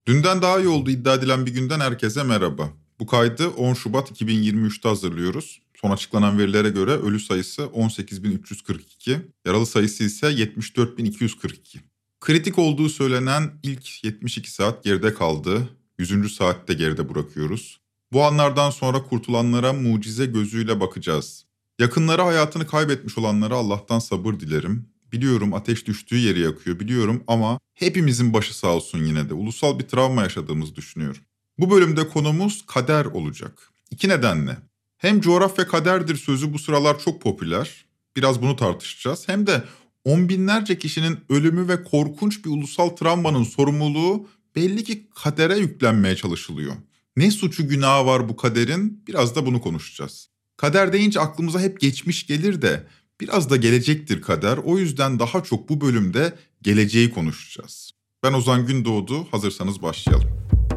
Dünden daha iyi olduğu iddia edilen bir günden herkese merhaba. Bu kaydı 10 Şubat 2023'te hazırlıyoruz. Son açıklanan verilere göre ölü sayısı 18.342, yaralı sayısı ise 74.242. Kritik olduğu söylenen ilk 72 saat geride kaldı. 100. saatte geride bırakıyoruz. Bu anlardan sonra kurtulanlara mucize gözüyle bakacağız. Yakınları hayatını kaybetmiş olanlara Allah'tan sabır dilerim. Biliyorum ateş düştüğü yeri yakıyor biliyorum ama hepimizin başı sağ olsun yine de. Ulusal bir travma yaşadığımızı düşünüyorum. Bu bölümde konumuz kader olacak. İki nedenle. Hem coğrafya kaderdir sözü bu sıralar çok popüler. Biraz bunu tartışacağız. Hem de on binlerce kişinin ölümü ve korkunç bir ulusal travmanın sorumluluğu belli ki kadere yüklenmeye çalışılıyor. Ne suçu günahı var bu kaderin? Biraz da bunu konuşacağız. Kader deyince aklımıza hep geçmiş gelir de biraz da gelecektir kader. O yüzden daha çok bu bölümde geleceği konuşacağız. Ben Ozan Gündoğdu, hazırsanız başlayalım.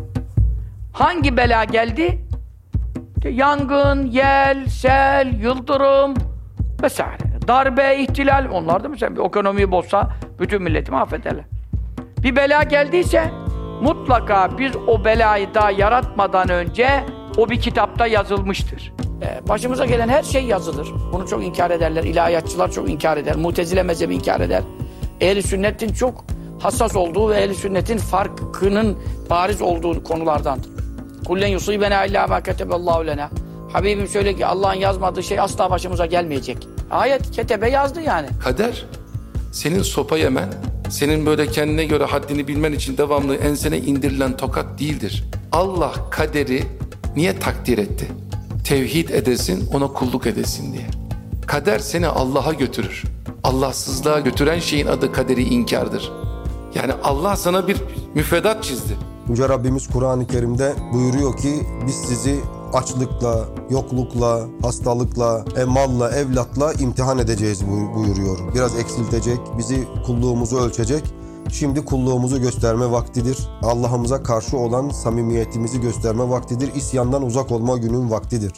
Hangi bela geldi? İşte yangın, yel, sel, yıldırım vesaire. Darbe, ihtilal, onlar da mesela bir ekonomiyi bozsa bütün milleti mahvederler. Bir bela geldiyse mutlaka biz o belayı daha yaratmadan önce o bir kitapta yazılmıştır. Başımıza gelen her şey yazılır. Bunu çok inkar ederler. İlahiyatçılar çok inkar eder. Mutezile mezhebi inkar eder. Ehl-i sünnetin çok hassas olduğu ve ehl-i sünnetin farkının bariz olduğu konulardandır. Kullen yusibena illa ma keteballahu lena. Habibim söyle ki Allah'ın yazmadığı şey asla başımıza gelmeyecek. Ayet ketebe yazdı yani. Kader senin sopa yemen, senin böyle kendine göre haddini bilmen için devamlı ensene indirilen tokat değildir. Allah kaderi niye takdir etti? Tevhid edesin, ona kulluk edesin diye. Kader seni Allah'a götürür. Allahsızlığa götüren şeyin adı kaderi inkardır. Yani Allah sana bir müfredat çizdi. Yüce Rabbimiz Kur'an-ı Kerim'de buyuruyor ki biz sizi açlıkla, yoklukla, hastalıkla, malla, evlatla imtihan edeceğiz buyuruyor. Biraz eksiltecek, bizi kulluğumuzu ölçecek. Şimdi kulluğumuzu gösterme vaktidir. Allah'ımıza karşı olan samimiyetimizi gösterme vaktidir. İsyandan uzak olma günün vaktidir.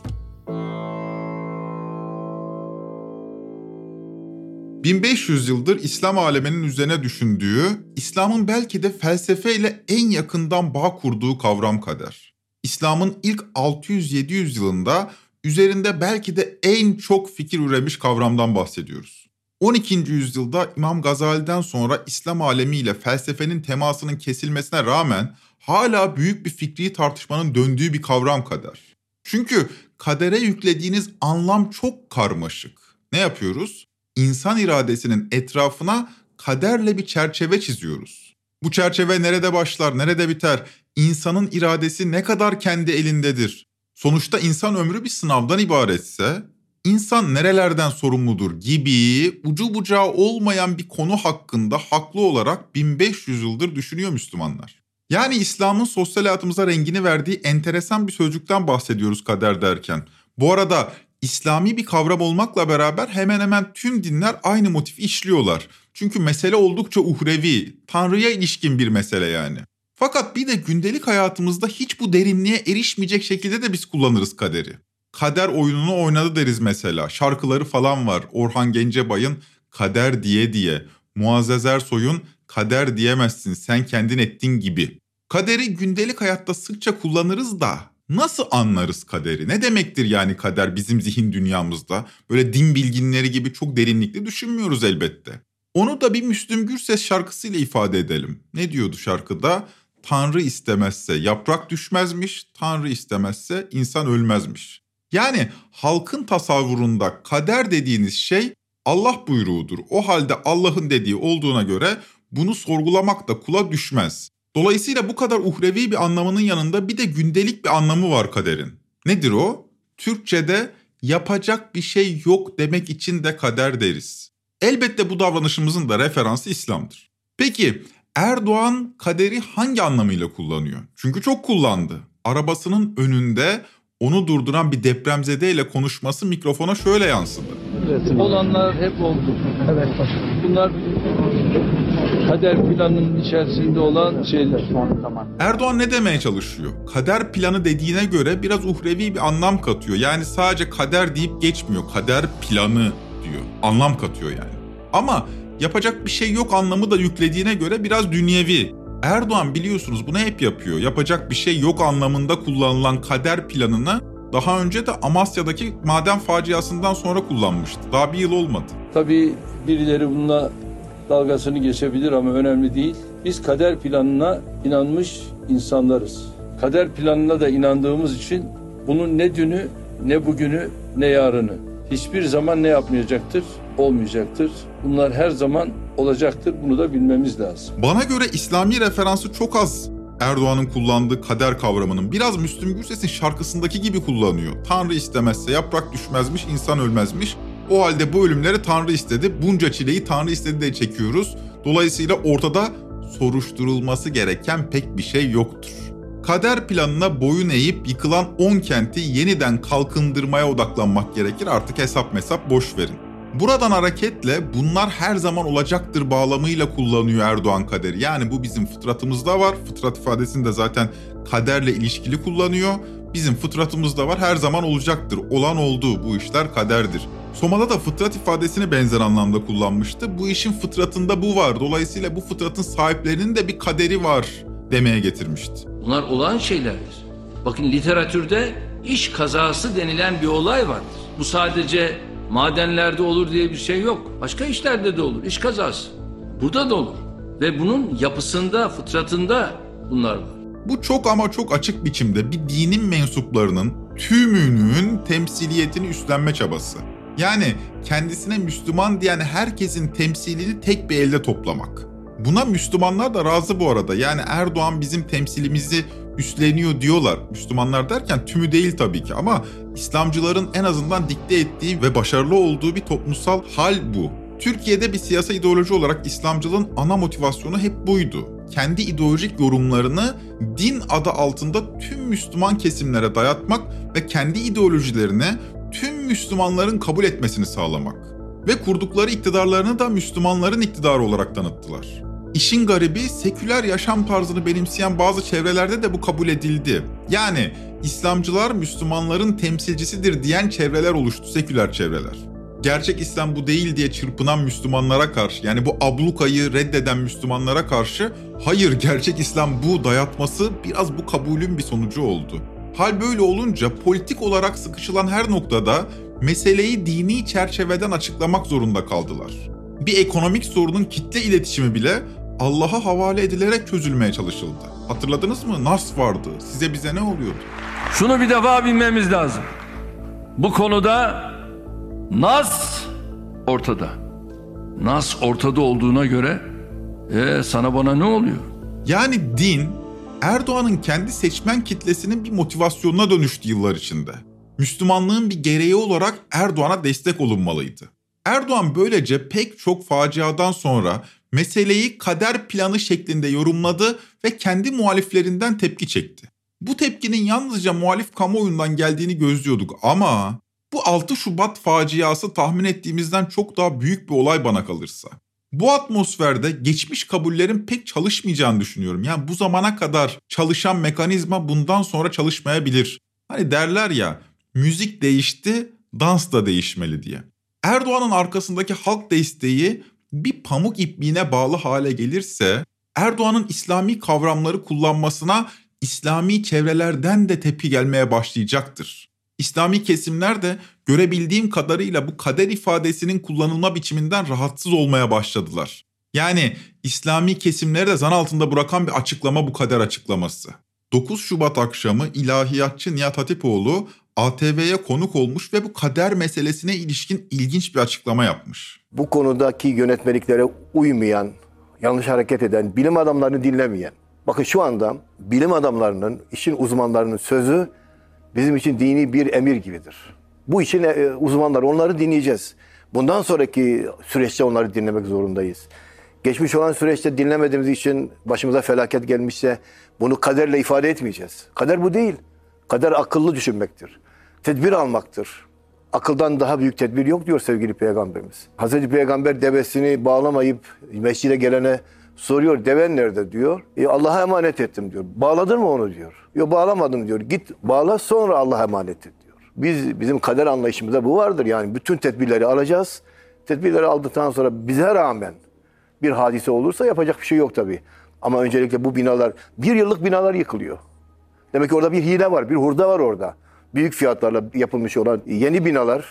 1500 yıldır İslam aleminin üzerine düşündüğü, İslam'ın belki de felsefeyle en yakından bağ kurduğu kavram kader. İslam'ın ilk 600-700 yılında üzerinde belki de en çok fikir üremiş kavramdan bahsediyoruz. 12. yüzyılda İmam Gazali'den sonra İslam alemiyle felsefenin temasının kesilmesine rağmen hala büyük bir fikri tartışmanın döndüğü bir kavram kader. Çünkü kadere yüklediğiniz anlam çok karmaşık. Ne yapıyoruz? İnsan iradesinin etrafına kaderle bir çerçeve çiziyoruz. Bu çerçeve nerede başlar, nerede biter? İnsanın iradesi ne kadar kendi elindedir? Sonuçta insan ömrü bir sınavdan ibaretse, insan nerelerden sorumludur gibi ucu bucağı olmayan bir konu hakkında haklı olarak 1500 yıldır düşünüyor Müslümanlar. Yani İslam'ın sosyal hayatımıza rengini verdiği enteresan bir sözcükten bahsediyoruz kader derken. Bu arada İslami bir kavram olmakla beraber hemen hemen tüm dinler aynı motifi işliyorlar. Çünkü mesele oldukça uhrevi, Tanrı'ya ilişkin bir mesele yani. Fakat bir de gündelik hayatımızda hiç bu derinliğe erişmeyecek şekilde de biz kullanırız kaderi. Kader oyununu oynadı deriz mesela. Şarkıları falan var. Orhan Gencebay'ın Kader diye diye. Muazzez Ersoy'un Kader diyemezsin sen kendin ettin gibi. Kaderi gündelik hayatta sıkça kullanırız da nasıl anlarız kaderi? Ne demektir yani kader bizim zihin dünyamızda? Böyle din bilginleri gibi çok derinlikli düşünmüyoruz elbette. Onu da bir Müslüm Gürses şarkısıyla ifade edelim. Ne diyordu şarkıda? Tanrı istemezse yaprak düşmezmiş, Tanrı istemezse insan ölmezmiş. Yani halkın tasavvurunda kader dediğiniz şey Allah buyruğudur. O halde Allah'ın dediği olduğuna göre bunu sorgulamak da kula düşmez. Dolayısıyla bu kadar uhrevi bir anlamının yanında bir de gündelik bir anlamı var kaderin. Nedir o? Türkçe'de yapacak bir şey yok demek için de kader deriz. Elbette bu davranışımızın da referansı İslam'dır. Peki Erdoğan kaderi hangi anlamıyla kullanıyor? Çünkü çok kullandı. Arabasının önünde onu durduran bir depremzedeyle konuşması mikrofona şöyle yansıdı. Evet, olanlar hep oldu. Evet başkanım. Bunlar kader planının içerisinde olan şeyler. Erdoğan ne demeye çalışıyor? Kader planı dediğine göre biraz uhrevi bir anlam katıyor. Yani sadece kader deyip geçmiyor. Kader planı diyor. Anlam katıyor yani. Ama yapacak bir şey yok anlamı da yüklediğine göre biraz dünyevi. Erdoğan biliyorsunuz bunu hep yapıyor. Yapacak bir şey yok anlamında kullanılan kader planını daha önce de Amasya'daki maden faciasından sonra kullanmıştı. Daha bir yıl olmadı. Tabii birileri bununla dalgasını geçebilir ama önemli değil. Biz kader planına inanmış insanlarız. Kader planına da inandığımız için bunun ne dünü, ne bugünü, ne yarını hiçbir zaman ne yapmayacaktır? Olmayacaktır. Bunlar her zaman olacaktır. Bunu da bilmemiz lazım. Bana göre İslami referansı çok az Erdoğan'ın kullandığı kader kavramının. Biraz Müslüm Gürses'in şarkısındaki gibi kullanıyor. Tanrı istemezse yaprak düşmezmiş, insan ölmezmiş. O halde bu ölümleri Tanrı istedi. Bunca çileyi Tanrı istedi diye çekiyoruz. Dolayısıyla ortada soruşturulması gereken pek bir şey yoktur. Kader planına boyun eğip yıkılan 10 kenti yeniden kalkındırmaya odaklanmak gerekir. Artık hesap boş verin. Buradan hareketle bunlar her zaman olacaktır bağlamıyla kullanıyor Erdoğan kaderi. Yani bu bizim fıtratımızda var. Fıtrat ifadesini de zaten kaderle ilişkili kullanıyor. Bizim fıtratımızda var, her zaman olacaktır. Olan oldu, bu işler kaderdir. Soma'da da fıtrat ifadesini benzer anlamda kullanmıştı. Bu işin fıtratında bu var. Dolayısıyla bu fıtratın sahiplerinin de bir kaderi var demeye getirmişti. Bunlar olağan şeylerdir. Bakın literatürde iş kazası denilen bir olay vardır. Bu sadece madenlerde olur diye bir şey yok. Başka işlerde de olur. İş kazası. Burada da olur. Ve bunun yapısında, fıtratında bunlar var. Bu çok ama çok açık biçimde bir dinin mensuplarının tümünün temsiliyetini üstlenme çabası. Yani kendisine Müslüman diyen herkesin temsilini tek bir elde toplamak. Buna Müslümanlar da razı bu arada. Yani Erdoğan bizim temsilimizi üstleniyor diyorlar. Müslümanlar derken tümü değil tabii ki ama İslamcıların en azından dikte ettiği ve başarılı olduğu bir toplumsal hal bu. Türkiye'de bir siyasi ideoloji olarak İslamcılığın ana motivasyonu hep buydu. Kendi ideolojik yorumlarını din adı altında tüm Müslüman kesimlere dayatmak ve kendi ideolojilerini tüm Müslümanların kabul etmesini sağlamak. Ve kurdukları iktidarlarını da Müslümanların iktidarı olarak tanıttılar. İşin garibi seküler yaşam tarzını benimseyen bazı çevrelerde de bu kabul edildi. Yani İslamcılar Müslümanların temsilcisidir diyen çevreler oluştu, seküler çevreler. Gerçek İslam bu değil diye çırpınan Müslümanlara karşı, yani bu ablukayı reddeden Müslümanlara karşı hayır gerçek İslam bu dayatması biraz bu kabulün bir sonucu oldu. Hal böyle olunca politik olarak sıkışılan her noktada meseleyi dini çerçeveden açıklamak zorunda kaldılar. Bir ekonomik sorunun kitle iletişimi bile Allah'a havale edilerek çözülmeye çalışıldı. Hatırladınız mı? Nas vardı. Size bize ne oluyordu? Şunu bir defa bilmemiz lazım. Bu konuda nas ortada. Nas ortada olduğuna göre sana bana ne oluyor? Yani din Erdoğan'ın kendi seçmen kitlesinin bir motivasyonuna dönüştü yıllar içinde. Müslümanlığın bir gereği olarak Erdoğan'a destek olunmalıydı. Erdoğan böylece pek çok faciadan sonra meseleyi kader planı şeklinde yorumladı ve kendi muhaliflerinden tepki çekti. Bu tepkinin yalnızca muhalif kamuoyundan geldiğini gözlüyorduk ama bu 6 Şubat faciası tahmin ettiğimizden çok daha büyük bir olay bana kalırsa. Bu atmosferde geçmiş kabullerin pek çalışmayacağını düşünüyorum. Yani bu zamana kadar çalışan mekanizma bundan sonra çalışmayabilir. Hani derler ya, müzik değişti, dans da değişmeli diye. Erdoğan'ın arkasındaki halk desteği bir pamuk ipliğine bağlı hale gelirse, Erdoğan'ın İslami kavramları kullanmasına İslami çevrelerden de tepki gelmeye başlayacaktır. İslami kesimler de görebildiğim kadarıyla bu kader ifadesinin kullanılma biçiminden rahatsız olmaya başladılar. Yani İslami kesimleri de zan altında bırakan bir açıklama bu kader açıklaması. 9 Şubat akşamı ilahiyatçı Nihat Hatipoğlu ATV'ye konuk olmuş ve bu kader meselesine ilişkin ilginç bir açıklama yapmış. Bu konudaki yönetmeliklere uymayan, yanlış hareket eden, bilim adamlarını dinlemeyen. Bakın şu anda bilim adamlarının, işin uzmanlarının sözü bizim için dini bir emir gibidir. Bu işin uzmanları, onları dinleyeceğiz. Bundan sonraki süreçte onları dinlemek zorundayız. Geçmiş olan süreçte dinlemediğimiz için başımıza felaket gelmişse bunu kaderle ifade etmeyeceğiz. Kader bu değil. Kader akıllı düşünmektir. Tedbir almaktır. Akıldan daha büyük tedbir yok diyor sevgili Peygamberimiz. Hazreti Peygamber devesini bağlamayıp mescide gelene soruyor, deven nerede diyor. Allah'a emanet ettim diyor. Bağladın mı onu diyor. Yok bağlamadım diyor. Git bağla sonra Allah'a emanet et diyor. Bizim kader anlayışımızda bu vardır. Yani bütün tedbirleri alacağız. Tedbirleri aldıktan sonra bize rağmen bir hadise olursa yapacak bir şey yok tabii. Ama öncelikle bu binalar, 1 yıllık binalar yıkılıyor. Demek ki orada bir hile var, bir hurda var orada. Büyük fiyatlarla yapılmış olan yeni binalar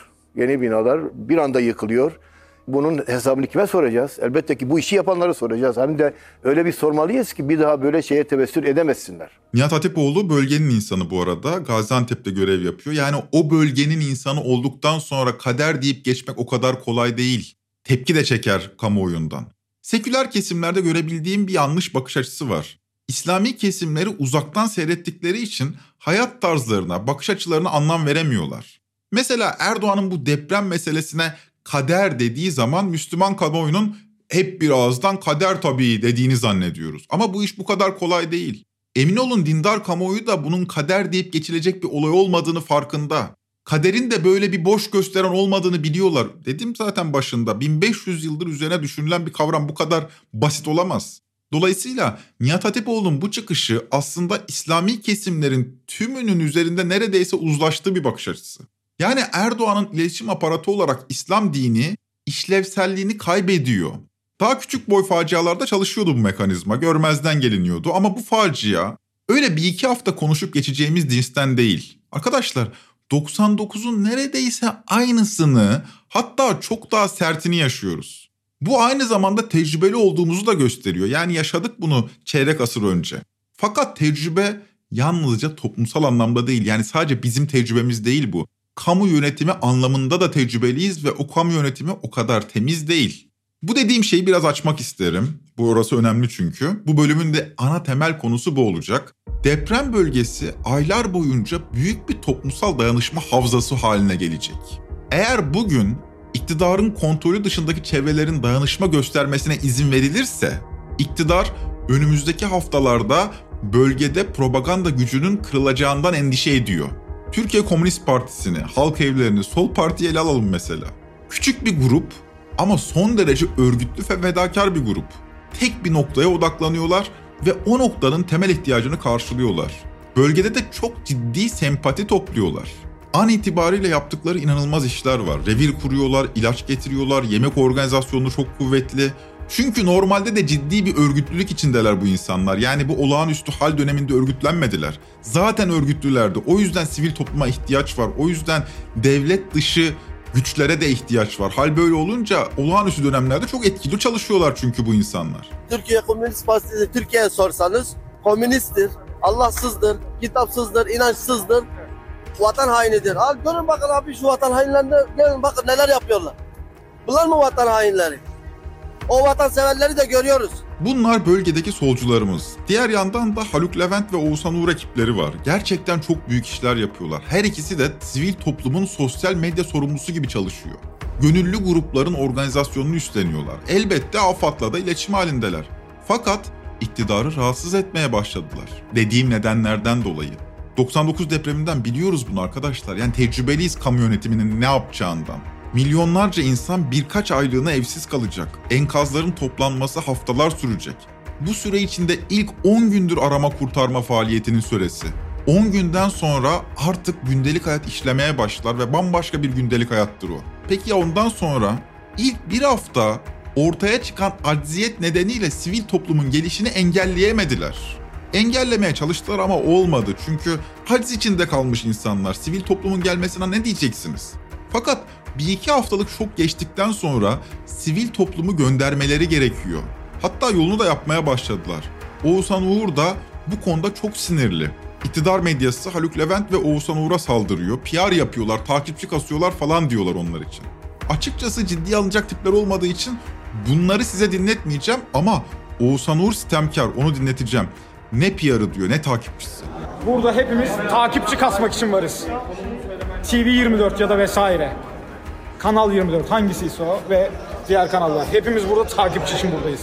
bir anda yıkılıyor. Bunun hesabını kime soracağız? Elbette ki bu işi yapanlara soracağız. Hem de öyle bir sormalıyız ki bir daha böyle şeye tevessül edemezsinler. Nihat Hatipoğlu bölgenin insanı bu arada. Gaziantep'te görev yapıyor. Yani o bölgenin insanı olduktan sonra kader deyip geçmek o kadar kolay değil. Tepki de çeker kamuoyundan. Seküler kesimlerde görebildiğim bir yanlış bakış açısı var. İslami kesimleri uzaktan seyrettikleri için hayat tarzlarına, bakış açılarına anlam veremiyorlar. Mesela Erdoğan'ın bu deprem meselesine kader dediği zaman Müslüman kamuoyunun hep bir ağızdan kader tabii dediğini zannediyoruz. Ama bu iş bu kadar kolay değil. Emin olun dindar kamuoyu da bunun kader deyip geçilecek bir olay olmadığını farkında. Kaderin de böyle bir boş gösteren olmadığını biliyorlar. Dedim zaten başında 1500 yıldır üzerine düşünülen bir kavram bu kadar basit olamaz. Dolayısıyla Nihat Hatipoğlu'nun bu çıkışı aslında İslami kesimlerin tümünün üzerinde neredeyse uzlaştığı bir bakış açısı. Yani Erdoğan'ın iletişim aparatı olarak İslam dini işlevselliğini kaybediyor. Daha küçük boy facialarda çalışıyordu bu mekanizma, görmezden geliniyordu ama bu facia öyle bir iki hafta konuşup geçeceğimiz cinsten değil. Arkadaşlar 99'un neredeyse aynısını hatta çok daha sertini yaşıyoruz. Bu aynı zamanda tecrübeli olduğumuzu da gösteriyor. Yani yaşadık bunu çeyrek asır önce. Fakat tecrübe yalnızca toplumsal anlamda değil. Yani sadece bizim tecrübemiz değil bu. Kamu yönetimi anlamında da tecrübeliyiz ve o kamu yönetimi o kadar temiz değil. Bu dediğim şeyi biraz açmak isterim. Bu orası önemli çünkü. Bu bölümün de ana temel konusu bu olacak. Deprem bölgesi aylar boyunca büyük bir toplumsal dayanışma havzası haline gelecek. Eğer bugün iktidarın kontrolü dışındaki çevrelerin dayanışma göstermesine izin verilirse, iktidar önümüzdeki haftalarda bölgede propaganda gücünün kırılacağından endişe ediyor. Türkiye Komünist Partisi'ni, halk evlerini, Sol Parti'yi ele alalım mesela. Küçük bir grup ama son derece örgütlü ve fedakar bir grup. Tek bir noktaya odaklanıyorlar ve o noktanın temel ihtiyacını karşılıyorlar. Bölgede de çok ciddi sempati topluyorlar. An itibariyle yaptıkları inanılmaz işler var. Revir kuruyorlar, ilaç getiriyorlar, yemek organizasyonu çok kuvvetli. Çünkü normalde de ciddi bir örgütlülük içindeler bu insanlar. Yani bu olağanüstü hal döneminde örgütlenmediler. Zaten örgütlülerdi. O yüzden sivil topluma ihtiyaç var. O yüzden devlet dışı güçlere de ihtiyaç var. Hal böyle olunca olağanüstü dönemlerde çok etkili çalışıyorlar çünkü bu insanlar. Türkiye Komünist Partisi Türkiye'ye sorsanız komünisttir, Allahsızdır, kitapsızdır, inançsızdır, vatan hainidir. Al görün bakın abi şu vatan hainlerine gelin bakın neler yapıyorlar. Bunlar mı vatan hainleri? O vatanseverleri de görüyoruz. Bunlar bölgedeki solcularımız. Diğer yandan da Haluk Levent ve Oğuzhan Uğur ekipleri var. Gerçekten çok büyük işler yapıyorlar. Her ikisi de sivil toplumun sosyal medya sorumlusu gibi çalışıyor. Gönüllü grupların organizasyonunu üstleniyorlar. Elbette AFAD'la da iletişim halindeler. Fakat iktidarı rahatsız etmeye başladılar. Dediğim nedenlerden dolayı. 99 depreminden biliyoruz bunu arkadaşlar. Yani tecrübeliyiz kamu yönetiminin ne yapacağından. Milyonlarca insan birkaç aylığına evsiz kalacak. Enkazların toplanması haftalar sürecek. Bu süre içinde ilk 10 gündür arama kurtarma faaliyetinin süresi. 10 günden sonra artık gündelik hayat işlemeye başlar ve bambaşka bir gündelik hayattır o. Peki ya ondan sonra? İlk bir hafta ortaya çıkan acziyet nedeniyle sivil toplumun gelişini engelleyemediler. Engellemeye çalıştılar ama olmadı. Çünkü haciz içinde kalmış insanlar. Sivil toplumun gelmesine ne diyeceksiniz? Fakat bir iki haftalık şok geçtikten sonra sivil toplumu göndermeleri gerekiyor. Hatta yolunu da yapmaya başladılar. Oğuzhan Uğur da bu konuda çok sinirli. İktidar medyası Haluk Levent ve Oğuzhan Uğur'a saldırıyor. PR yapıyorlar, takipçi kasıyorlar falan diyorlar onlar için. Açıkçası ciddiye alınacak tipler olmadığı için bunları size dinletmeyeceğim ama Oğuzhan Uğur sitemkar, onu dinleteceğim. Ne PR'ı diyor, ne takipçisi. Burada hepimiz takipçi kasmak için varız. TV24 ya da vesaire. Kanal 24 hangisiyse o ve diğer kanallar. Hepimiz burada takipçi için buradayız.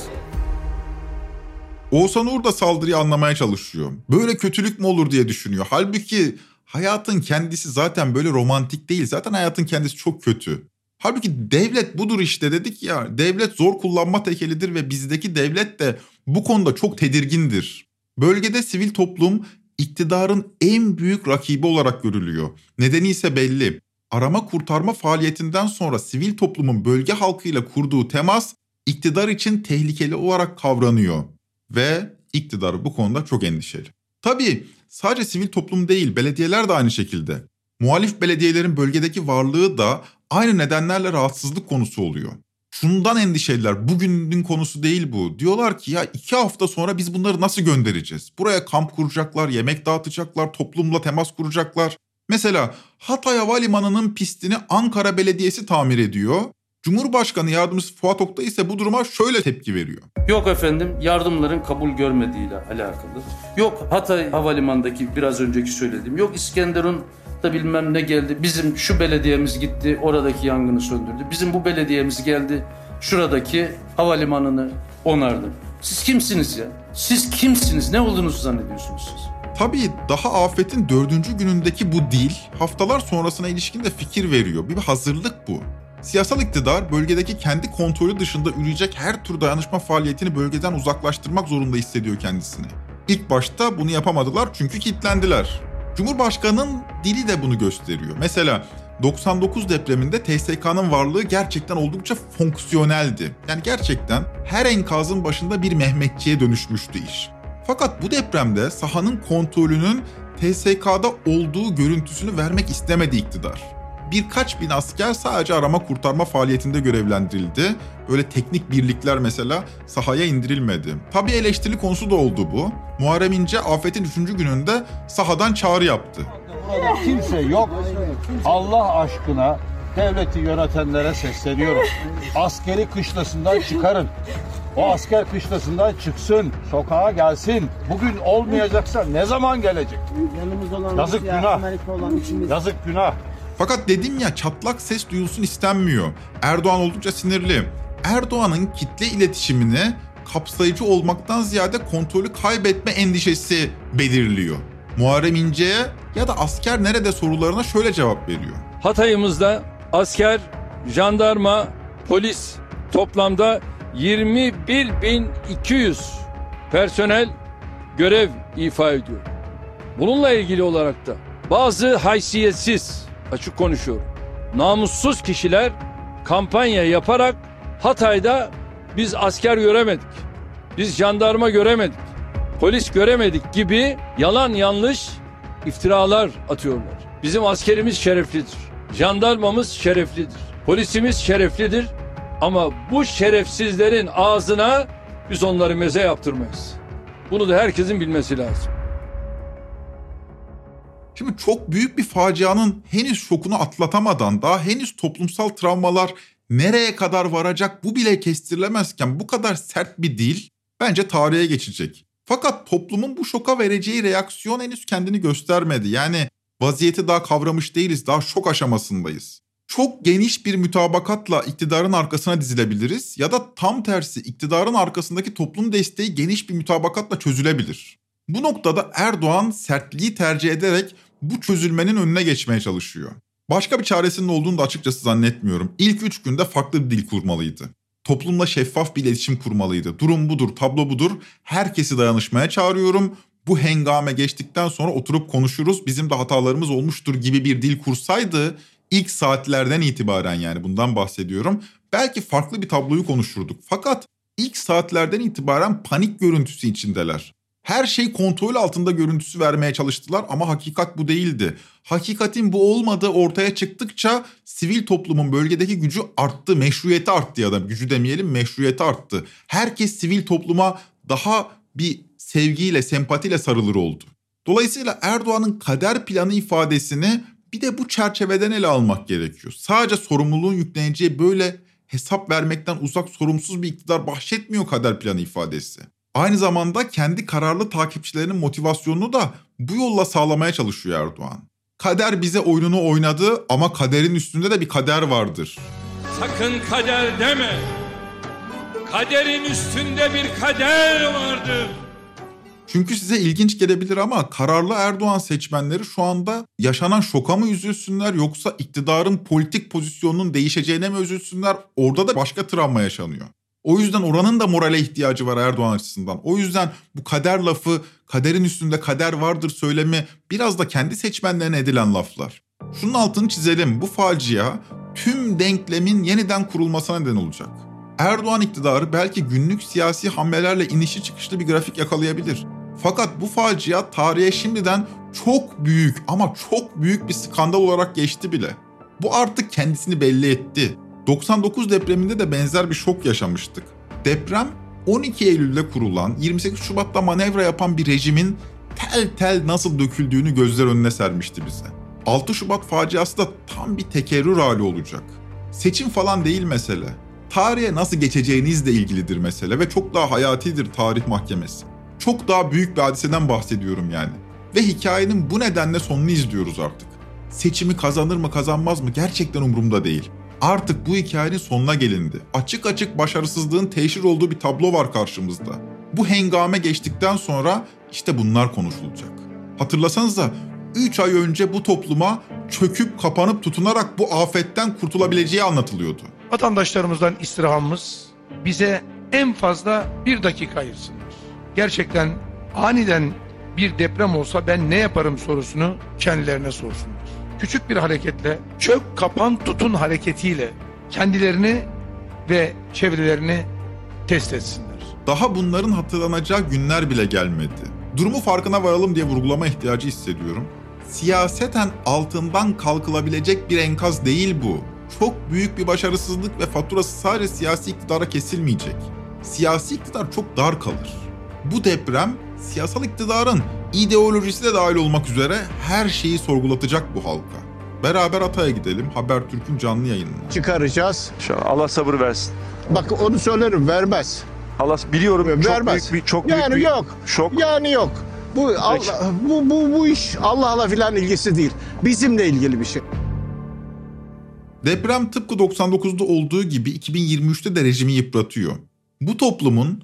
Oğuzhan Uğur da saldırıyı anlamaya çalışıyor. Böyle kötülük mü olur diye düşünüyor. Halbuki hayatın kendisi zaten böyle romantik değil. Zaten hayatın kendisi çok kötü. Halbuki devlet budur işte dedik ya. Devlet zor kullanma tekelidir ve bizdeki devlet de bu konuda çok tedirgindir. Bölgede sivil toplum iktidarın en büyük rakibi olarak görülüyor. Nedeni ise belli. Arama kurtarma faaliyetinden sonra sivil toplumun bölge halkıyla kurduğu temas iktidar için tehlikeli olarak kavranıyor. Ve İktidar bu konuda çok endişeli. Tabii sadece sivil toplum değil, belediyeler de aynı şekilde. Muhalif belediyelerin bölgedeki varlığı da aynı nedenlerle rahatsızlık konusu oluyor. Şundan endişeliler, bugünün konusu değil bu. Diyorlar ki ya 2 hafta sonra biz bunları nasıl göndereceğiz? Buraya kamp kuracaklar, yemek dağıtacaklar, toplumla temas kuracaklar. Mesela Hatay Havalimanı'nın pistini Ankara Belediyesi tamir ediyor. Cumhurbaşkanı Yardımcısı Fuat Oktay ise bu duruma şöyle tepki veriyor. Yok efendim, yardımların kabul görmediğiyle alakalı. Yok Hatay Havalimanı'ndaki biraz önceki söylediğim. Yok İskenderun da bilmem ne geldi. Bizim şu belediyemiz gitti, oradaki yangını söndürdü. Bizim bu belediyemiz geldi, şuradaki havalimanını onardı. Siz kimsiniz ya? Siz kimsiniz? Ne olduğunuzu zannediyorsunuz siz? Tabii daha afetin 4. günündeki bu dil haftalar sonrasına ilişkin de fikir veriyor. Bir hazırlık bu. Siyasal iktidar bölgedeki kendi kontrolü dışında üreyecek her tür dayanışma faaliyetini bölgeden uzaklaştırmak zorunda hissediyor kendisini. İlk başta bunu yapamadılar çünkü kilitlendiler. Cumhurbaşkanının dili de bunu gösteriyor. Mesela 99 depreminde TSK'nın varlığı gerçekten oldukça fonksiyoneldi. Yani gerçekten her enkazın başında bir Mehmetçiğe dönüşmüştü iş. Fakat bu depremde sahanın kontrolünün TSK'da olduğu görüntüsünü vermek istemedi iktidar. Birkaç bin asker sadece arama kurtarma faaliyetinde görevlendirildi. Böyle teknik birlikler mesela sahaya indirilmedi. Tabii eleştiri konusu da oldu bu. Muharrem İnce afetin 3. gününde sahadan çağrı yaptı. Burada kimse yok. Allah aşkına devleti yönetenlere sesleniyorum. Askeri kışlasından çıkarın. O asker kışlasından çıksın, sokağa gelsin. Bugün olmayacaksa ne zaman gelecek? Yazık günah. Yazık günah. Fakat dedim ya çatlak ses duyulsun istenmiyor. Erdoğan oldukça sinirli. Erdoğan'ın kitle iletişimini kapsayıcı olmaktan ziyade kontrolü kaybetme endişesi belirliyor. Muharrem İnce'ye ya da asker nerede sorularına şöyle cevap veriyor. Hatay'ımızda asker, jandarma, polis toplamda 21.200 personel görev ifa ediyor. Bununla ilgili olarak da bazı haysiyetsiz, açık konuşuyorum, namussuz kişiler kampanya yaparak Hatay'da biz asker göremedik, biz jandarma göremedik, polis göremedik gibi yalan yanlış iftiralar atıyorlar. Bizim askerimiz şereflidir, jandarmamız şereflidir, polisimiz şereflidir ama bu şerefsizlerin ağzına biz onları meze yaptırmayız. Bunu da herkesin bilmesi lazım. Şimdi çok büyük bir facianın henüz şokunu atlatamadan, daha henüz toplumsal travmalar nereye kadar varacak bu bile kestirilemezken bu kadar sert bir dil bence tarihe geçecek. Fakat toplumun bu şoka vereceği reaksiyon henüz kendini göstermedi. Yani vaziyeti daha kavramış değiliz, daha şok aşamasındayız. Çok geniş bir mütabakatla iktidarın arkasına dizilebiliriz ya da tam tersi iktidarın arkasındaki toplum desteği geniş bir mütabakatla çözülebilir. Bu noktada Erdoğan sertliği tercih ederek bu çözülmenin önüne geçmeye çalışıyor. Başka bir çaresinin olduğunu da açıkçası zannetmiyorum. İlk 3 günde farklı bir dil kurmalıydı. Toplumla şeffaf bir iletişim kurmalıydı. Durum budur, tablo budur. Herkesi dayanışmaya çağırıyorum. Bu hengame geçtikten sonra oturup konuşuruz. Bizim de hatalarımız olmuştur gibi bir dil kursaydı ilk saatlerden itibaren, yani bundan bahsediyorum, belki farklı bir tabloyu konuşurduk. Fakat ilk saatlerden itibaren panik görüntüsü içindeler. Her şey kontrol altında görüntüsü vermeye çalıştılar ama hakikat bu değildi. Hakikatin bu olmadığı ortaya çıktıkça sivil toplumun bölgedeki gücü arttı, meşruiyeti arttı ya da gücü demeyelim, meşruiyeti arttı. Herkes sivil topluma daha bir sevgiyle, sempatiyle sarılır oldu. Dolayısıyla Erdoğan'ın kader planı ifadesini bir de bu çerçeveden ele almak gerekiyor. Sadece sorumluluğun yükleneceği böyle hesap vermekten uzak sorumsuz bir iktidar bahşetmiyor kader planı ifadesi. Aynı zamanda kendi kararlı takipçilerinin motivasyonunu da bu yolla sağlamaya çalışıyor Erdoğan. Kader bize oyununu oynadı ama kaderin üstünde de bir kader vardır. Sakın kader deme. Kaderin üstünde bir kader vardır. Çünkü size ilginç gelebilir ama kararlı Erdoğan seçmenleri şu anda yaşanan şoka mı üzülsünler yoksa iktidarın politik pozisyonunun değişeceğine mi üzülsünler? Orada da başka travma yaşanıyor. O yüzden oranın da morale ihtiyacı var Erdoğan açısından. O yüzden bu kader lafı, kaderin üstünde kader vardır söylemi biraz da kendi seçmenlerine edilen laflar. Şunun altını çizelim, bu facia tüm denklemin yeniden kurulmasına neden olacak. Erdoğan iktidarı belki günlük siyasi hamlelerle inişli çıkışlı bir grafik yakalayabilir. Fakat bu facia tarihe şimdiden çok büyük ama çok büyük bir skandal olarak geçti bile. Bu artık kendisini belli etti. 99 depreminde de benzer bir şok yaşamıştık. Deprem 12 Eylül'de kurulan, 28 Şubat'ta manevra yapan bir rejimin tel tel nasıl döküldüğünü gözler önüne sermişti bize. 6 Şubat faciası da tam bir tekerrür hali olacak. Seçim falan değil mesele. Tarihe nasıl geçeceğinizle ilgilidir mesele ve çok daha hayatidir tarih mahkemesi. Çok daha büyük bir hadiseden bahsediyorum yani. Ve hikayenin bu nedenle sonunu izliyoruz artık. Seçimi kazanır mı kazanmaz mı gerçekten umurumda değil. Artık bu hikayenin sonuna gelindi. Açık açık başarısızlığın teşhir olduğu bir tablo var karşımızda. Bu hengame geçtikten sonra işte bunlar konuşulacak. Hatırlasanıza 3 ay önce bu topluma çöküp kapanıp tutunarak bu afetten kurtulabileceği anlatılıyordu. Vatandaşlarımızdan istirhamımız bize en fazla 1 dakika ayırsınlar. Gerçekten aniden bir deprem olsa ben ne yaparım sorusunu kendilerine sorsunlar. Küçük bir hareketle, çök kapan tutun hareketiyle kendilerini ve çevrelerini test etsinler. Daha bunların hatırlanacağı günler bile gelmedi. Durumu farkına varalım diye vurgulama ihtiyacı hissediyorum. Siyaseten altından kalkılabilecek bir enkaz değil bu. Çok büyük bir başarısızlık ve faturası sadece siyasi iktidara kesilmeyecek. Siyasi iktidar çok dar kalır. Bu deprem siyasal iktidarın ideolojisi de dahil olmak üzere her şeyi sorgulatacak bu halka. Beraber Hatay'a gidelim. Habertürk'ün canlı yayınına. Çıkaracağız. Allah sabır versin. Bak onu söylerim, vermez. Allah biliyorum vermez. Çok büyük bir yok. şok. Yani yok. Bu iş Allah'la filan ilgisi değil. Bizimle ilgili bir şey. Deprem tıpkı 99'da olduğu gibi 2023'te de rejimi yıpratıyor. Bu toplumun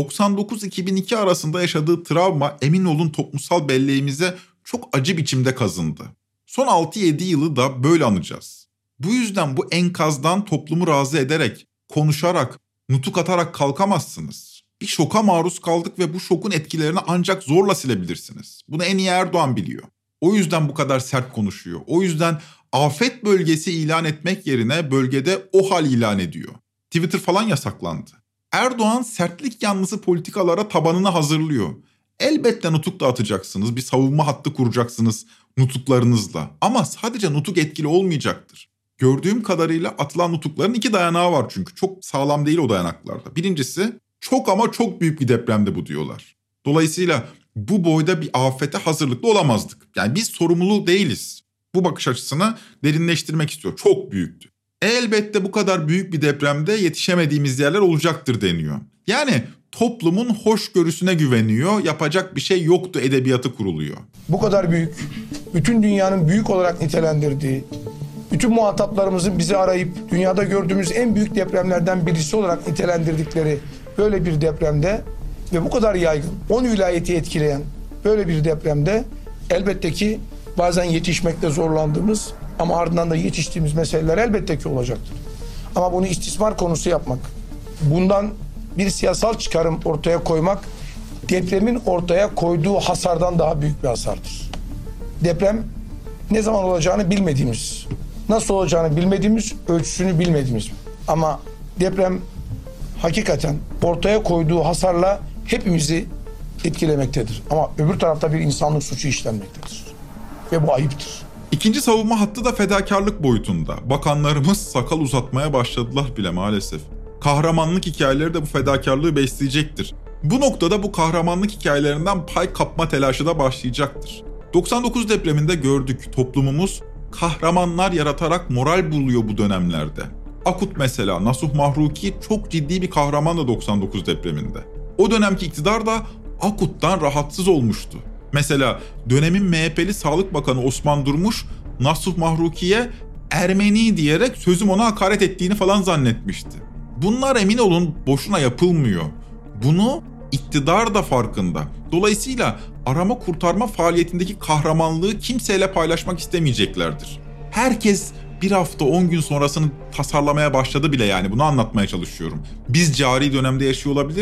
99-2002 arasında yaşadığı travma emin olun toplumsal belleğimize çok acı biçimde kazındı. Son 6-7 yılı da böyle anacağız. Bu yüzden bu enkazdan toplumu razı ederek, konuşarak, nutuk atarak kalkamazsınız. Bir şoka maruz kaldık ve bu şokun etkilerini ancak zorla silebilirsiniz. Bunu en iyi Erdoğan biliyor. O yüzden bu kadar sert konuşuyor. O yüzden afet bölgesi ilan etmek yerine bölgede OHAL ilan ediyor. Twitter falan yasaklandı. Erdoğan sertlik yanlısı politikalara tabanını hazırlıyor. Elbette nutuk da atacaksınız, bir savunma hattı kuracaksınız nutuklarınızla. Ama sadece nutuk etkili olmayacaktır. Gördüğüm kadarıyla atılan nutukların 2 dayanağı var çünkü. Çok sağlam değil o dayanaklarda. Birincisi çok ama çok büyük bir depremde bu diyorlar. Dolayısıyla bu boyda bir afete hazırlıklı olamazdık. Yani biz sorumlu değiliz. Bu bakış açısını derinleştirmek istiyor. Çok büyüktü. Elbette bu kadar büyük bir depremde yetişemediğimiz yerler olacaktır deniyor. Yani toplumun hoşgörüsüne güveniyor, yapacak bir şey yoktu edebiyatı kuruluyor. Bu kadar büyük, bütün dünyanın büyük olarak nitelendirdiği, bütün muhataplarımızın bizi arayıp dünyada gördüğümüz en büyük depremlerden birisi olarak nitelendirdikleri böyle bir depremde ve bu kadar yaygın, 10 vilayeti etkileyen böyle bir depremde elbette ki bazen yetişmekte zorlandığımız ama ardından da yetiştiğimiz meseleler elbette ki olacaktır. Ama bunu istismar konusu yapmak, bundan bir siyasal çıkarım ortaya koymak, depremin ortaya koyduğu hasardan daha büyük bir hasardır. Deprem ne zaman olacağını bilmediğimiz, nasıl olacağını bilmediğimiz, ölçüsünü bilmediğimiz. Ama deprem hakikaten ortaya koyduğu hasarla hepimizi etkilemektedir. Ama öbür tarafta bir insanlık suçu işlenmektedir. Ve bu ayıptır. İkinci savunma hattı da fedakarlık boyutunda. Bakanlarımız sakal uzatmaya başladılar bile maalesef. Kahramanlık hikayeleri de bu fedakarlığı besleyecektir. Bu noktada bu kahramanlık hikayelerinden pay kapma telaşı da başlayacaktır. 99 depreminde gördük, toplumumuz kahramanlar yaratarak moral buluyor bu dönemlerde. Akut mesela Nasuh Mahruki çok ciddi bir kahramandı 99 depreminde. O dönemki iktidar da Akut'tan rahatsız olmuştu. Mesela dönemin MHP'li Sağlık Bakanı Osman Durmuş, Nasuh Mahruki'ye Ermeni diyerek sözüm ona hakaret ettiğini falan zannetmişti. Bunlar emin olun boşuna yapılmıyor. Bunu iktidar da farkında. Dolayısıyla arama kurtarma faaliyetindeki kahramanlığı kimseyle paylaşmak istemeyeceklerdir. Herkes bir hafta 10 gün sonrasını tasarlamaya başladı bile, yani bunu anlatmaya çalışıyorum. Biz cari dönemde yaşıyor olabiliriz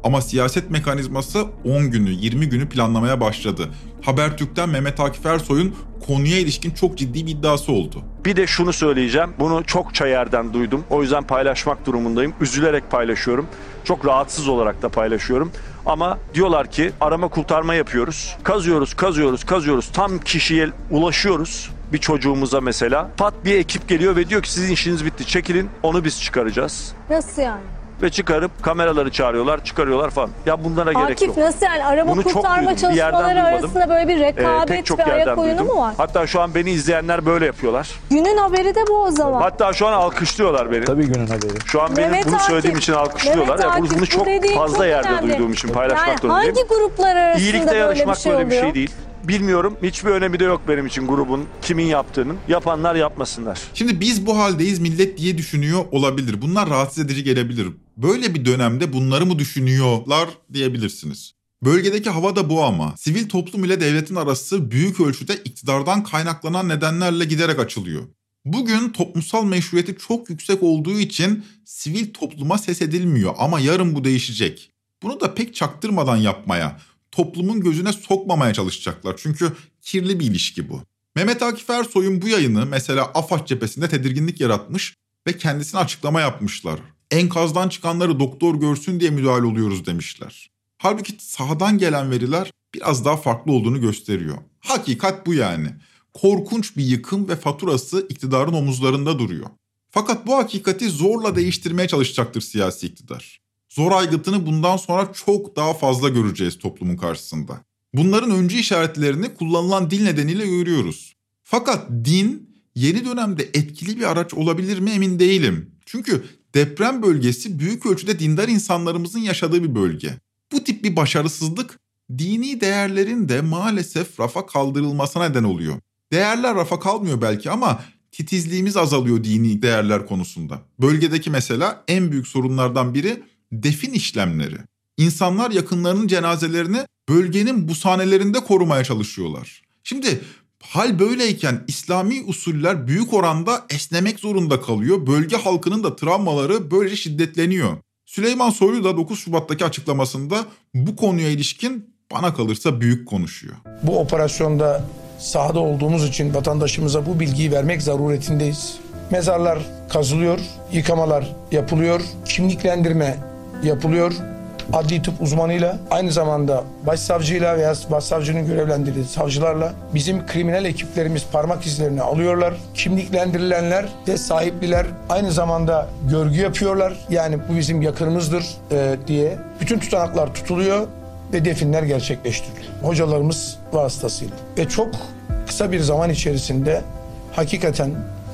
Ama siyaset mekanizması 10 günü, 20 günü planlamaya başladı. Habertürk'ten Mehmet Akif Ersoy'un konuya ilişkin çok ciddi bir iddiası oldu. Bir de şunu söyleyeceğim. Bunu çokça yerden duydum. O yüzden paylaşmak durumundayım. Üzülerek paylaşıyorum. Çok rahatsız olarak da paylaşıyorum. Ama diyorlar ki arama kurtarma yapıyoruz. Kazıyoruz. Tam kişiye ulaşıyoruz. Bir çocuğumuza mesela. Pat bir ekip geliyor ve diyor ki sizin işiniz bitti. Çekilin, onu biz çıkaracağız. Nasıl yani? Ve çıkarıp kameraları çağırıyorlar, çıkarıyorlar falan. Ya bunlara gerek yok. Akif nasıl yani? Araba Bunu kurtarma çalışmaları arasında böyle bir rekabet ve ayak oyunu mu var? Hatta şu an beni izleyenler böyle yapıyorlar. Günün haberi de bu o zaman. Hatta şu an alkışlıyorlar beni. Tabii günün haberi. Şu an benim bunu söylediğim için alkışlıyorlar. Ya bunu çok fazla yerde duyduğum için paylaşmak zorundayım. Hangi gruplar arasında İyilikte böyle yarışmak bir şey böyle bir oluyor? şey değil. Bilmiyorum. Hiçbir önemi de yok benim için grubun kimin yaptığının. Yapanlar yapmasınlar. Şimdi biz bu haldeyiz millet diye düşünüyor olabilir. Bunlar rahatsız edici gelebilir. Böyle bir dönemde bunları mı düşünüyorlar diyebilirsiniz. Bölgedeki hava da bu ama. Sivil toplum ile devletin arası büyük ölçüde iktidardan kaynaklanan nedenlerle giderek açılıyor. Bugün toplumsal meşruiyeti çok yüksek olduğu için sivil topluma ses edilmiyor ama yarın bu değişecek. Bunu da pek çaktırmadan yapmaya, toplumun gözüne sokmamaya çalışacaklar. Çünkü kirli bir ilişki bu. Mehmet Akif Ersoy'un bu yayını mesela AFAD cephesinde tedirginlik yaratmış ve kendisine açıklama yapmışlar. Enkazdan çıkanları doktor görsün diye müdahale oluyoruz demişler. Halbuki sahadan gelen veriler biraz daha farklı olduğunu gösteriyor. Hakikat bu yani. Korkunç bir yıkım ve faturası iktidarın omuzlarında duruyor. Fakat bu hakikati zorla değiştirmeye çalışacaktır siyasi iktidar. Zor aygıtını bundan sonra çok daha fazla göreceğiz toplumun karşısında. Bunların öncü işaretlerini kullanılan dil nedeniyle görüyoruz. Fakat din yeni dönemde etkili bir araç olabilir mi emin değilim. Çünkü deprem bölgesi büyük ölçüde dindar insanlarımızın yaşadığı bir bölge. Bu tip bir başarısızlık dini değerlerin de maalesef rafa kaldırılmasına neden oluyor. Değerler rafa kalmıyor belki ama titizliğimiz azalıyor dini değerler konusunda. Bölgedeki mesela en büyük sorunlardan biri defin işlemleri. İnsanlar yakınlarının cenazelerini bölgenin busanelerinde korumaya çalışıyorlar. Şimdi hal böyleyken İslami usuller büyük oranda esnemek zorunda kalıyor. Bölge halkının da travmaları böylece şiddetleniyor. Süleyman Soylu da 9 Şubat'taki açıklamasında bu konuya ilişkin bana kalırsa büyük konuşuyor. Bu operasyonda sahada olduğumuz için vatandaşımıza bu bilgiyi vermek zaruretindeyiz. Mezarlar kazılıyor, yıkamalar yapılıyor, kimliklendirme yapılıyor. Adli tıp uzmanıyla, aynı zamanda başsavcıyla veya başsavcının görevlendirdiği savcılarla bizim kriminal ekiplerimiz parmak izlerini alıyorlar. Kimliklendirilenler ve sahipliler aynı zamanda görgü yapıyorlar. Yani bu bizim yakınımızdır diye bütün tutanaklar tutuluyor ve definler gerçekleştiriliyor. Hocalarımız vasıtasıyla. Ve çok kısa bir zaman içerisinde hakikaten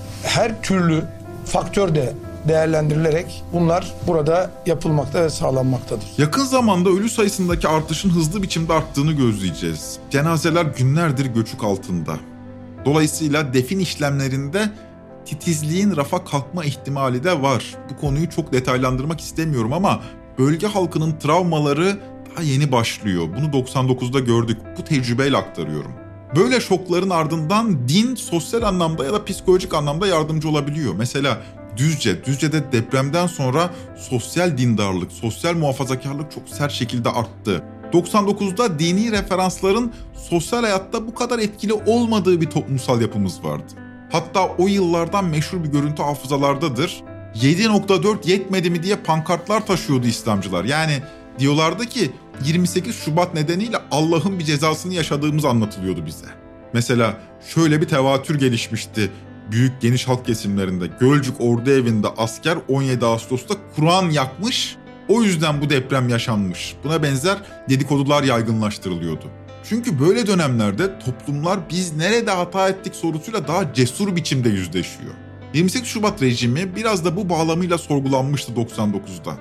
her türlü faktör de değerlendirilerek bunlar burada yapılmakta ve sağlanmaktadır. Yakın zamanda ölü sayısındaki artışın hızlı biçimde arttığını gözleyeceğiz. Cenazeler günlerdir göçük altında. Dolayısıyla defin işlemlerinde titizliğin rafa kalkma ihtimali de var. Bu konuyu çok detaylandırmak istemiyorum ama bölge halkının travmaları daha yeni başlıyor. Bunu 99'da gördük. Bu tecrübeyle aktarıyorum. Böyle şokların ardından din sosyal anlamda ya da psikolojik anlamda yardımcı olabiliyor. Mesela Düzce'de depremden sonra sosyal dindarlık, sosyal muhafazakarlık çok sert şekilde arttı. 99'da dini referansların sosyal hayatta bu kadar etkili olmadığı bir toplumsal yapımız vardı. Hatta o yıllardan meşhur bir görüntü hafızalardadır. 7.4 yetmedi mi diye pankartlar taşıyordu İslamcılar. Yani diyorlardı ki 28 Şubat nedeniyle Allah'ın bir cezasını yaşadığımız anlatılıyordu bize. Mesela şöyle bir tevatür gelişmişti. Büyük geniş halk kesimlerinde Gölcük Ordu Evi'nde asker 17 Ağustos'ta Kur'an yakmış, o yüzden bu deprem yaşanmış. Buna benzer dedikodular yaygınlaştırılıyordu. Çünkü böyle dönemlerde toplumlar biz nerede hata ettik sorusuyla daha cesur biçimde yüzleşiyor. 28 Şubat rejimi biraz da bu bağlamıyla sorgulanmıştı 99'da.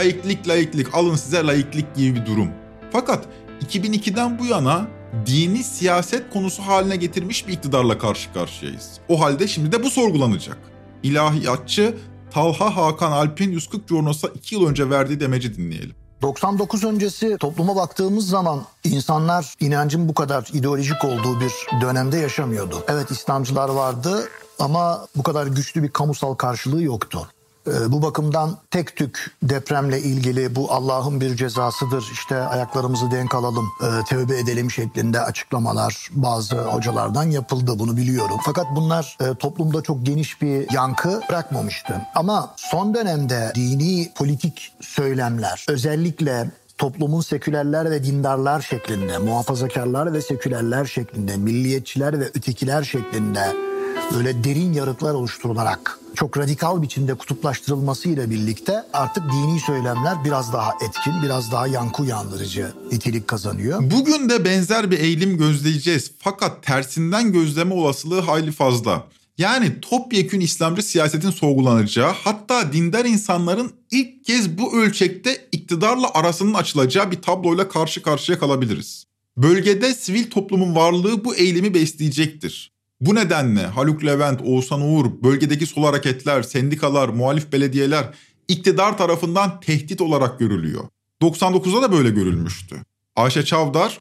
Laiklik alın size laiklik gibi bir durum. Fakat 2002'den bu yana dini siyaset konusu haline getirmiş bir iktidarla karşı karşıyayız. O halde şimdi de bu sorgulanacak. İlahiyatçı Talha Hakan Alp'in 140 Jornos'a 2 yıl önce verdiği demeci dinleyelim. 99 öncesi topluma baktığımız zaman insanlar inancın bu kadar ideolojik olduğu bir dönemde yaşamıyordu. Evet, İslamcılar vardı ama bu kadar güçlü bir kamusal karşılığı yoktu. Bu bakımdan tek tük depremle ilgili bu Allah'ın bir cezasıdır, işte ayaklarımızı denk alalım, tövbe edelim şeklinde açıklamalar bazı hocalardan yapıldı, bunu biliyorum. Fakat bunlar toplumda çok geniş bir yankı bırakmamıştı. Ama son dönemde dini politik söylemler, özellikle toplumun sekülerler ve dindarlar şeklinde, muhafazakarlar ve sekülerler şeklinde, milliyetçiler ve ötekiler şeklinde böyle derin yarıklar oluşturularak çok radikal biçimde kutuplaştırılmasıyla birlikte artık dini söylemler biraz daha etkin, biraz daha yankı uyandırıcı nitelik kazanıyor. Bugün de benzer bir eğilim gözleyeceğiz. Fakat tersinden gözleme olasılığı hayli fazla. Yani topyekün İslamcı siyasetin sorgulanacağı, hatta dindar insanların ilk kez bu ölçekte iktidarla arasının açılacağı bir tabloyla karşı karşıya kalabiliriz. Bölgede sivil toplumun varlığı bu eğilimi besleyecektir. Bu nedenle Haluk Levent, Oğuzhan Uğur, bölgedeki sol hareketler, sendikalar, muhalif belediyeler iktidar tarafından tehdit olarak görülüyor. 99'da da böyle görülmüştü. Ayşe Çavdar,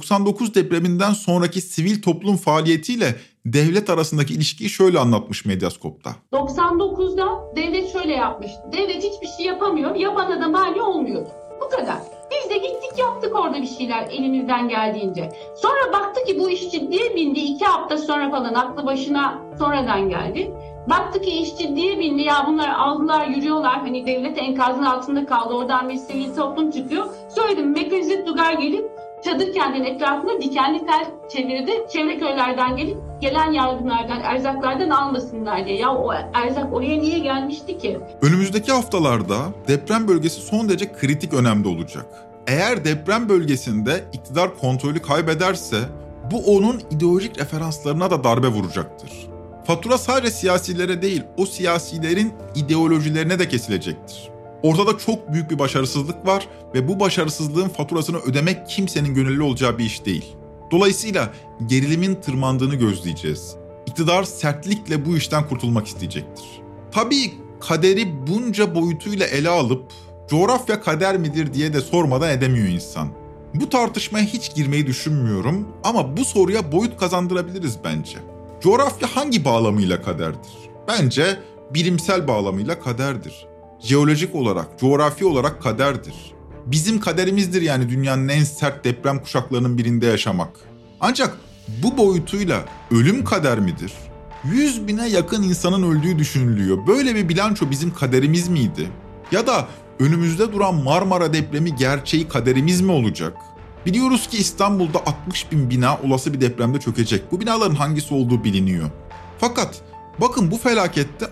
99 depreminden sonraki sivil toplum faaliyetiyle devlet arasındaki ilişkiyi şöyle anlatmış Medyaskop'ta. 99'da devlet şöyle yapmış. Devlet hiçbir şey yapamıyor, yapana da mani olmuyor. Bu kadar. Biz de gittik yaptık orada bir şeyler elimizden geldiğince. Sonra baktı ki bu iş ciddiye bindi. 2 hafta sonra falan aklı başına sonradan geldi. Baktı ki iş ciddiye bindi. Ya bunlar aldılar yürüyorlar. Hani devlet enkazın altında kaldı. Oradan bir sivil toplum çıkıyor. Söyledim Mekanize Tugay gelip çadır kentinin etrafında dikenli tel çevirdi. Çevre köylerden gelip gelen yardımlardan, erzaklardan almasınlar diye. Ya o erzak oraya niye gelmişti ki? Önümüzdeki haftalarda deprem bölgesi son derece kritik önemde olacak. Eğer deprem bölgesinde iktidar kontrolü kaybederse bu onun ideolojik referanslarına da darbe vuracaktır. Fatura sadece siyasilere değil, o siyasilerin ideolojilerine de kesilecektir. Ortada çok büyük bir başarısızlık var ve bu başarısızlığın faturasını ödemek kimsenin gönüllü olacağı bir iş değil. Dolayısıyla gerilimin tırmandığını gözleyeceğiz. İktidar sertlikle bu işten kurtulmak isteyecektir. Tabii kaderi bunca boyutuyla ele alıp coğrafya kader midir diye de sormadan edemiyor insan. Bu tartışmaya hiç girmeyi düşünmüyorum ama bu soruya boyut kazandırabiliriz bence. Coğrafya hangi bağlamıyla kaderdir? Bence bilimsel bağlamıyla kaderdir. Jeolojik olarak, coğrafi olarak kaderdir. Bizim kaderimizdir yani dünyanın en sert deprem kuşaklarının birinde yaşamak. Ancak bu boyutuyla ölüm kader midir? 100.000'e yakın insanın öldüğü düşünülüyor. Böyle bir bilanço bizim kaderimiz miydi? Ya da önümüzde duran Marmara depremi gerçeği kaderimiz mi olacak? Biliyoruz ki İstanbul'da 60.000 bina olası bir depremde çökecek. Bu binaların hangisi olduğu biliniyor. Fakat bakın bu felakette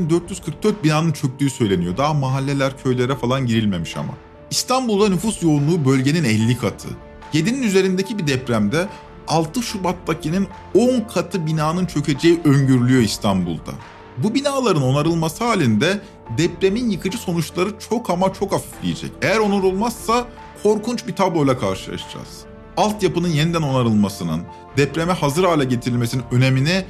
6.444 binanın çöktüğü söyleniyor. Daha mahalleler, köylere falan girilmemiş ama. İstanbul'da nüfus yoğunluğu bölgenin 50 katı. 7'nin üzerindeki bir depremde 6 Şubat'takinin 10 katı binanın çökeceği öngörülüyor İstanbul'da. Bu binaların onarılması halinde depremin yıkıcı sonuçları çok ama çok hafifleyecek. Eğer onarılmazsa korkunç bir tabloyla karşılaşacağız. Altyapının yeniden onarılmasının, depreme hazır hale getirilmesinin önemini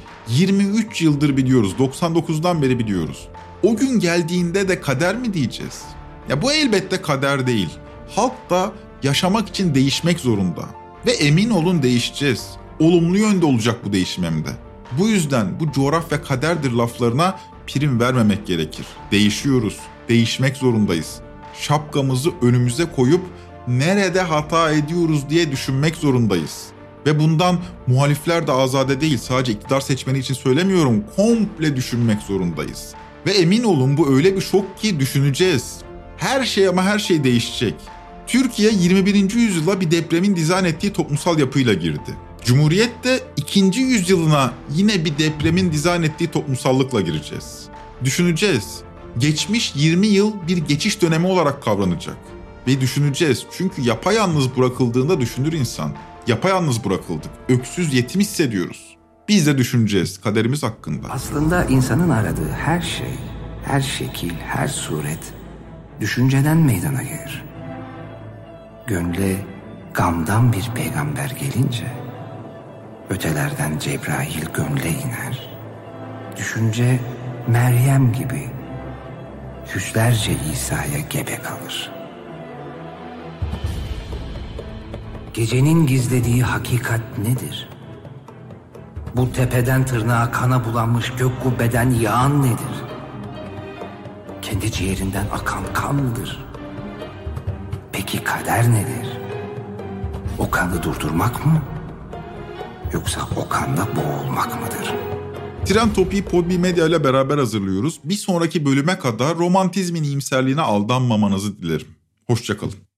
23 yıldır biliyoruz. 99'dan beri biliyoruz. O gün geldiğinde de kader mi diyeceğiz? Ya bu elbette kader değil. Halk da yaşamak için değişmek zorunda. Ve emin olun değişeceğiz. Olumlu yönde olacak bu değişim hem de. Bu yüzden bu coğrafya kaderdir laflarına prim vermemek gerekir. Değişiyoruz, değişmek zorundayız. Şapkamızı önümüze koyup nerede hata ediyoruz diye düşünmek zorundayız. Ve bundan muhalifler de azade değil, sadece iktidar seçmeni için söylemiyorum, komple düşünmek zorundayız. Ve emin olun bu öyle bir şok ki düşüneceğiz. Her şey ama her şey değişecek. Türkiye 21. yüzyıla bir depremin dizayn ettiği toplumsal yapıyla girdi. Cumhuriyet de 2. yüzyılına yine bir depremin dizayn ettiği toplumsallıkla gireceğiz. Düşüneceğiz. Geçmiş 20 yıl bir geçiş dönemi olarak kavranacak. Ve düşüneceğiz çünkü yapayalnız bırakıldığında düşünür insan. Yapayalnız bırakıldık, öksüz yetim hissediyoruz. Biz de düşüneceğiz kaderimiz hakkında. Aslında insanın aradığı her şey, her şekil, her suret düşünceden meydana gelir. Gönle gamdan bir peygamber gelince ötelerden Cebrail gönle iner. Düşünce Meryem gibi yüzlerce İsa'ya gebe kalır. Gecenin gizlediği hakikat nedir? Bu tepeden tırnağa kana bulanmış gök kubbeden yağan nedir? kendi ciğerinden akan kan mıdır? Peki kader nedir? O kanı durdurmak mı? Yoksa o kanda boğulmak mıdır? Trend Topi'yi Podbi Medya ile beraber hazırlıyoruz. Bir sonraki bölüme kadar romantizmin iyimserliğine aldanmamanızı dilerim. Hoşça kalın.